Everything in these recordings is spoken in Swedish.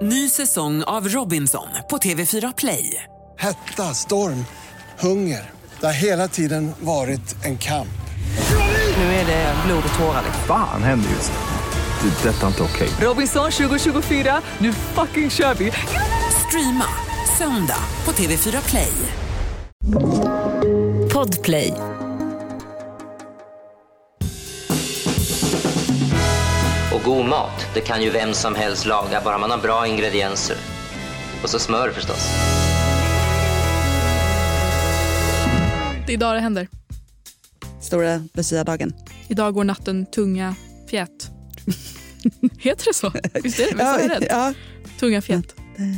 Ny säsong av Robinson på TV4 Play. Hetta, storm, hunger. Det har hela tiden varit en kamp. Nu är det blod och tårar. Fan händer just nu. Det. Detta är inte okej. Robinson 2024, nu fucking kör vi. Streama söndag på TV4 Play. Podplay. Och god mat, det kan ju vem som helst laga, bara man har bra ingredienser. Och så smör förstås. Det är idag det händer. Stora Lucia-dagen. Idag går natten tunga fjät. Heter det så? Visst är det? Visst ja. Tunga fjät.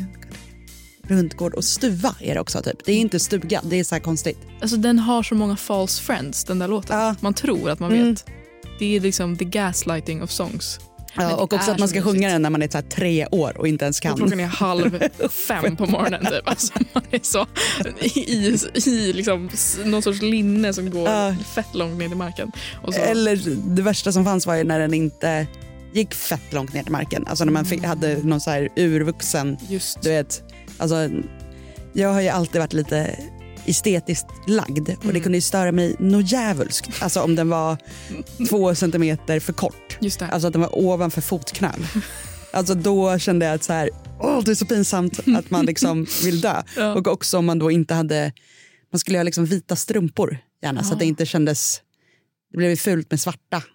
Rundgård och stuva är det också typ. Det är inte stuga, det är så här konstigt. Alltså den har så många false friends, den där låten. Ja. Man tror att man vet. Det är liksom the gaslighting of songs. Ja, och också att man ska sjunga den när man är så här 3 år och inte ens kan. Och klockan är 4:30 på morgonen typ. Alltså man är så i liksom någon sorts linne som går fett långt ner i marken. Och så. Eller det värsta som fanns var ju när den inte gick fett långt ner i marken. Alltså när man hade någon så här urvuxen. Just. Du vet, alltså jag har ju alltid varit lite estetiskt lagd och det kunde ju störa mig något jävulskt. Alltså om den var 2 centimeter för kort. Just det. Alltså att den var ovanför fotknöl. Alltså då kände jag att så här, det är så pinsamt att man liksom vill dö. Ja. Och också om man då inte hade, man skulle ha liksom vita strumpor gärna så att det inte kändes, det blev ju fult med svarta.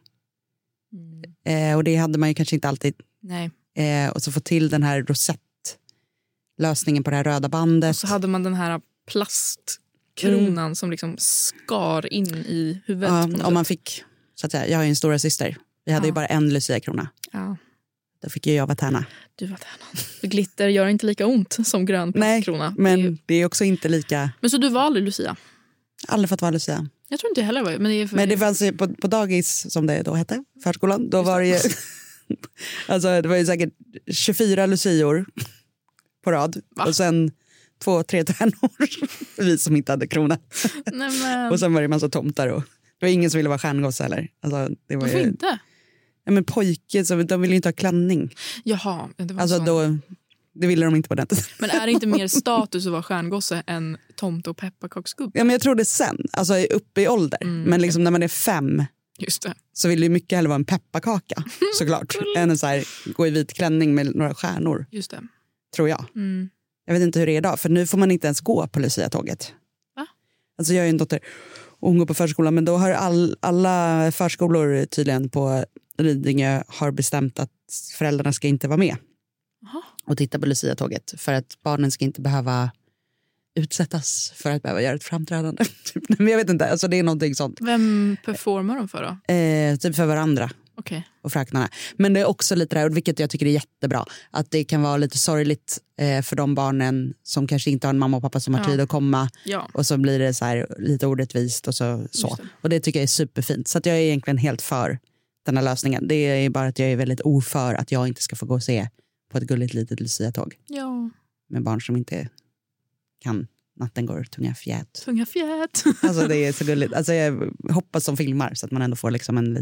Och det hade man ju kanske inte alltid. Nej. Och så få till den här rosettlösningen på det här röda bandet. Och så hade man den här plastkronan som liksom skar in i huvudet. Ja, om man fick, så att säga, jag har ju en stora syster. Vi hade ju bara en Lucia-krona. Ja. Då fick ju jag vara tärna. Du var tärna. Glitter gör inte lika ont som grön plastkrona. Nej, men det är också inte lika. Men så du var aldrig Lucia? Aldrig fått vara Lucia. Jag tror inte jag heller var. Men det fanns ju på dagis, som det då hette, förskolan. Då var det ju, alltså det var ju säkert 24 Lucior på rad. Va? Och sen 2-3 tärnor. Vi som inte hade krona. Nej, men. Och sen var det en massa tomtar. Och det var ingen som ville vara stjärngosse heller. Alltså, det var varför ju, inte? Ja, men pojke, så de ville ju inte ha klänning. Jaha, det var alltså då, det ville de inte på den tiden. Men är det inte mer status att vara stjärngosse än tomte och pepparkaksgubbe? Ja, men jag tror det sen, alltså uppe i ålder. Men liksom när man är 5 just det. så vill det mycket hellre vara en pepparkaka, såklart. Än en så här, gå i vit klänning med några stjärnor. Just det. Tror jag. Jag vet inte hur det är idag, för nu får man inte ens gå på Lucia-tåget. Va? Alltså jag är en dotter och hon går på förskolan, men då har alla förskolor tydligen på Lidingö har bestämt att föräldrarna ska inte vara med. Aha. Och titta på Lucia-tåget, för att barnen ska inte behöva utsättas för att behöva göra ett framträdande. Men jag vet inte, alltså det är någonting sånt. Vem performar de för då? Typ för varandra. Okay. Och fröknarna. Men det är också lite det här, vilket jag tycker är jättebra, att det kan vara lite sorgligt för de barnen som kanske inte har en mamma och pappa som har tid att komma. Ja. Och så blir det så här lite orättvist och så. Och det tycker jag är superfint. Så att jag är egentligen helt för den här lösningen. Det är bara att jag är väldigt oför att jag inte ska få gå och se på ett gulligt litet Lucia-tåg. Ja. Med barn som inte kan natten går tunga fjät. Tunga fjät. Alltså det är så gulligt. Alltså jag hoppas som filmar så att man ändå får liksom en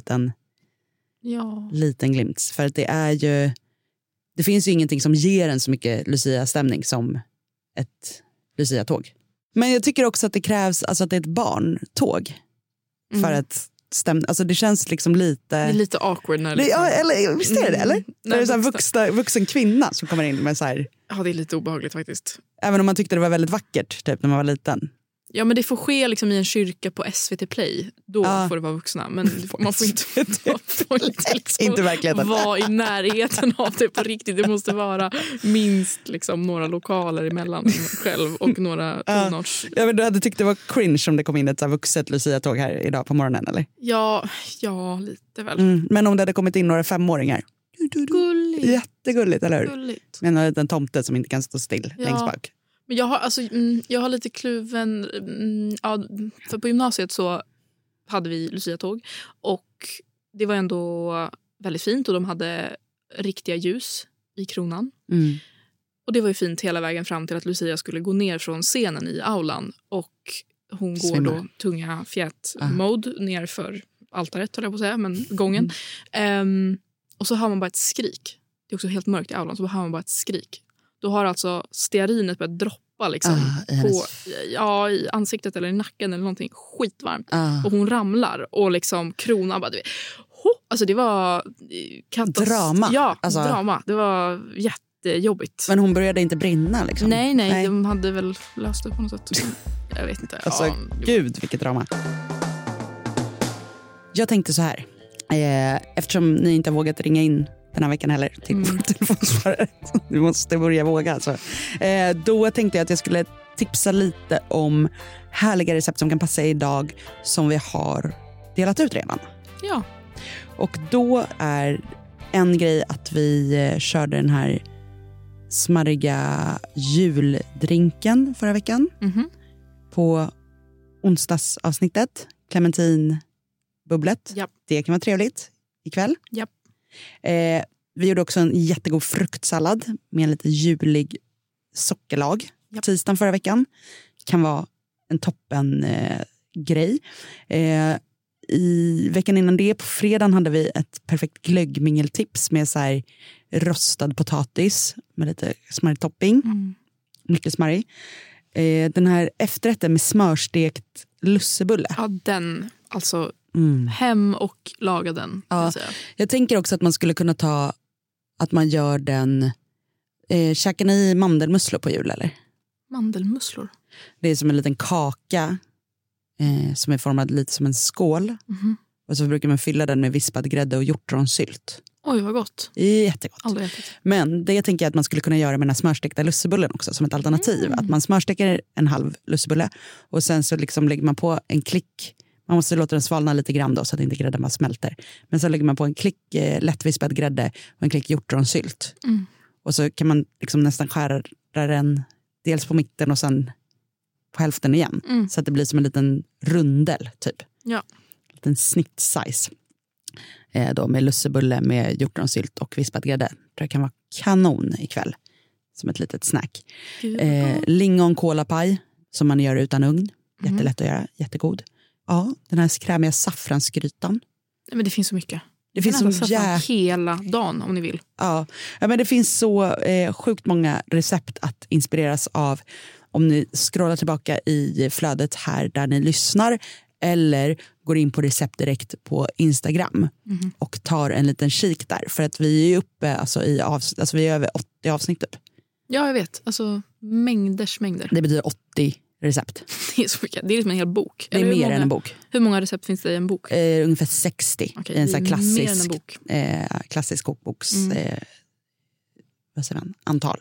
liten glimt. För att det är ju, det finns ju ingenting som ger en så mycket Lucia-stämning som ett Lucia-tåg. Men jag tycker också att det krävs, alltså att det är ett barntåg för att alltså det känns liksom lite. Det är lite awkward när liksom. Ja, eller visst är det eller? Det är så här vuxen kvinna som kommer in med så här. Ja, det är lite obehagligt faktiskt. Även om man tyckte det var väldigt vackert typ när man var liten. Ja, men det får ske liksom i en kyrka på SVT Play. Då får det vara vuxna. Men man får inte, liksom inte verkligheten. Vara i närheten av det på riktigt. Det måste vara minst liksom några lokaler emellan själv och några tonårs. Ja, men du hade tyckt det var cringe om det kom in ett så här vuxet Lucia-tåg här idag på morgonen, eller? Ja, lite väl. Men om det hade kommit in några 5-åringar. Gulligt. Jättegulligt, eller hur? Gulligt. Med en liten tomte som inte kan stå still längst bak. Men jag har lite kluven. För på gymnasiet så hade vi Lucia-tåg. Och det var ändå väldigt fint. Och de hade riktiga ljus i kronan. Och det var ju fint hela vägen fram till att Lucia skulle gå ner från scenen i aulan. Och hon går då tunga fjät-mode ner för altaret, höll jag på att säga, men gången. Och så har man bara ett skrik det är också helt mörkt i aulan, så hör man bara ett skrik. Då har alltså stearinet börjat droppa liksom, i ansiktet eller i nacken eller någonting skitvarmt. Och hon ramlar och liksom kronan bara... Alltså det var drama. Ja, alltså... drama. Det var jättejobbigt. Men hon började inte brinna liksom? Nej. De hade väl löst det på något sätt. Jag vet inte. Alltså, gud vilket drama. Jag tänkte så här. Eftersom ni inte har vågat ringa in den här veckan heller till vår telefonsvarare. Du måste börja våga alltså. Då tänkte jag att jag skulle tipsa lite om härliga recept som kan passa idag som vi har delat ut redan. Ja. Och då är en grej att vi körde den här smarriga juldrinken förra veckan. På onsdagsavsnittet. Clementinbubblet. Japp. Det kan vara trevligt ikväll. Japp. Vi gjorde också en jättegod fruktsallad med en lite julig sockerlag. Japp. Tisdagen förra veckan. Kan vara en toppen grej. I veckan innan det, på fredagen, hade vi ett perfekt glöggmingeltips med så här rostad potatis med lite smarrig topping. Mycket smarrig. Den här efterrätten med smörstekt lussebulle. Ja, den. Alltså, hem och laga den. Ja, jag tänker också att man skulle kunna ta att man gör den... käkar ni mandelmusslor på jul, eller? Mandelmusslor? Det är som en liten kaka som är formad lite som en skål. Och så brukar man fylla den med vispad grädde och hjortronsylt. Oj, vad gott. Jättegott. Aldrig ätit. Men det jag tänker att man skulle kunna göra med den här smörstekta lussebullen också som ett alternativ. Att man smörsteker en halv lussebulle och sen så liksom lägger man på en klick. Man måste låta den svalna lite grann då så att inte grädden bara smälter. Men så lägger man på en klick lättvispad grädde och en klick hjortronsylt. Och så kan man liksom nästan skära den dels på mitten och sen på hälften igen. Så att det blir som en liten rundel typ. Ja. En liten snitt-size. Då med lussebulle med hjortronsylt och vispad grädde. Det kan vara kanon ikväll. Som ett litet snack. Lingon-kolapaj som man gör utan ugn. Jättelätt att göra, jättegod. Ja, den här krämiga saffransgrytan. Men det finns så mycket. Det finns så hela dagen om ni vill. Ja, men det finns så sjukt många recept att inspireras av om ni scrollar tillbaka i flödet här där ni lyssnar eller går in på recept direkt på Instagram och tar en liten kik där. För att vi är uppe vi är över 80 avsnitt typ. Ja, jag vet. Alltså mängder. Det betyder 80 recept. Det är så mycket. Det är liksom en hel bok. Det är mer än en bok. Hur många recept finns det i en bok? Ungefär 60. Okej, i en sån här mer än en bok. Klassisk kokboks vad säger man? Antal.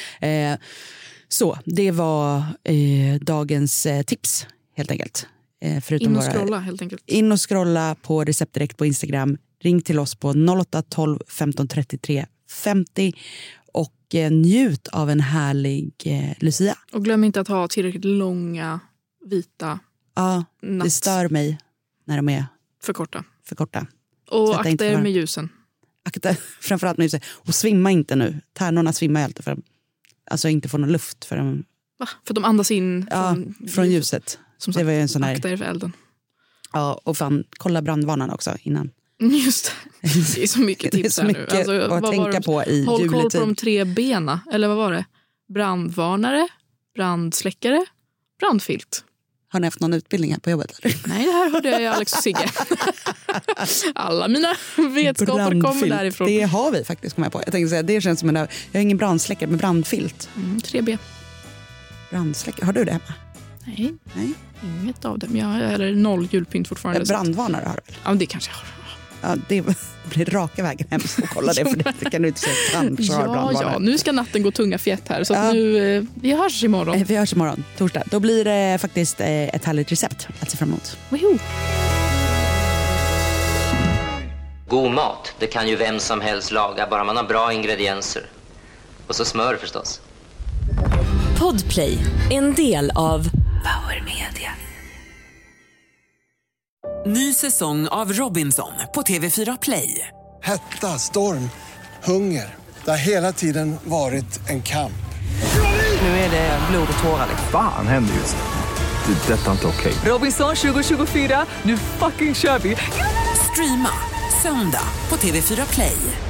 Så det var dagens tips helt enkelt. In och scrolla helt enkelt. In och scrolla på recept direkt på Instagram. Ring till oss på 08 12 15 33 50 och njut av en härlig Lucia. Och glöm inte att ha tillräckligt långa vita det stör mig när de är för korta. Och akta er med ljusen. Framförallt med ljusen. Och svimma inte nu. Tärnorna svimmar alltid för alltså inte får någon luft för dem. Va? För att de andas in från ljuset. Som det sagt, var ju en sån här... akta er för elden. Ja, och fan, kolla brandvarnarna också innan. Just det. Det är så mycket tips här nu. Alltså, att tänka på i håll juletid. Koll på de 3 bena. Eller vad var det? Brandvarnare, brandsläckare, brandfilt. Har ni haft någon utbildning här på jobbet? Nej, det här hörde jag i Alex och Sigge. Alla mina vetskaper kommer därifrån. Det har vi faktiskt, kommer jag på. Jag tänkte säga, det känns som jag har ingen brandsläckare med brandfilt. 3B. Brandsläckare, har du det hemma? Nej. Inget av dem. Eller 0 julpynt fortfarande. Brandvarnare har du väl? Ja, det kanske jag har. Ja, det blir raka vägen hem och kolla det, för det kan du inte säga. Ja, nu ska natten gå tunga fjätt här. Så att nu, vi hörs imorgon. Vi hörs imorgon, torsdag. Då blir det faktiskt ett härligt recept att se fram emot. Woho! God mat, det kan ju vem som helst laga, bara man har bra ingredienser. Och så smör förstås. Podplay, en del av Power Media. Ny säsong av Robinson på TV4 Play. Hetta, storm, hunger. Det har hela tiden varit en kamp. Nu är det blod och tårar. Fan händer just det. Det är detta inte okej. Robinson 2024, nu fucking kör vi. Streama söndag på TV4 Play.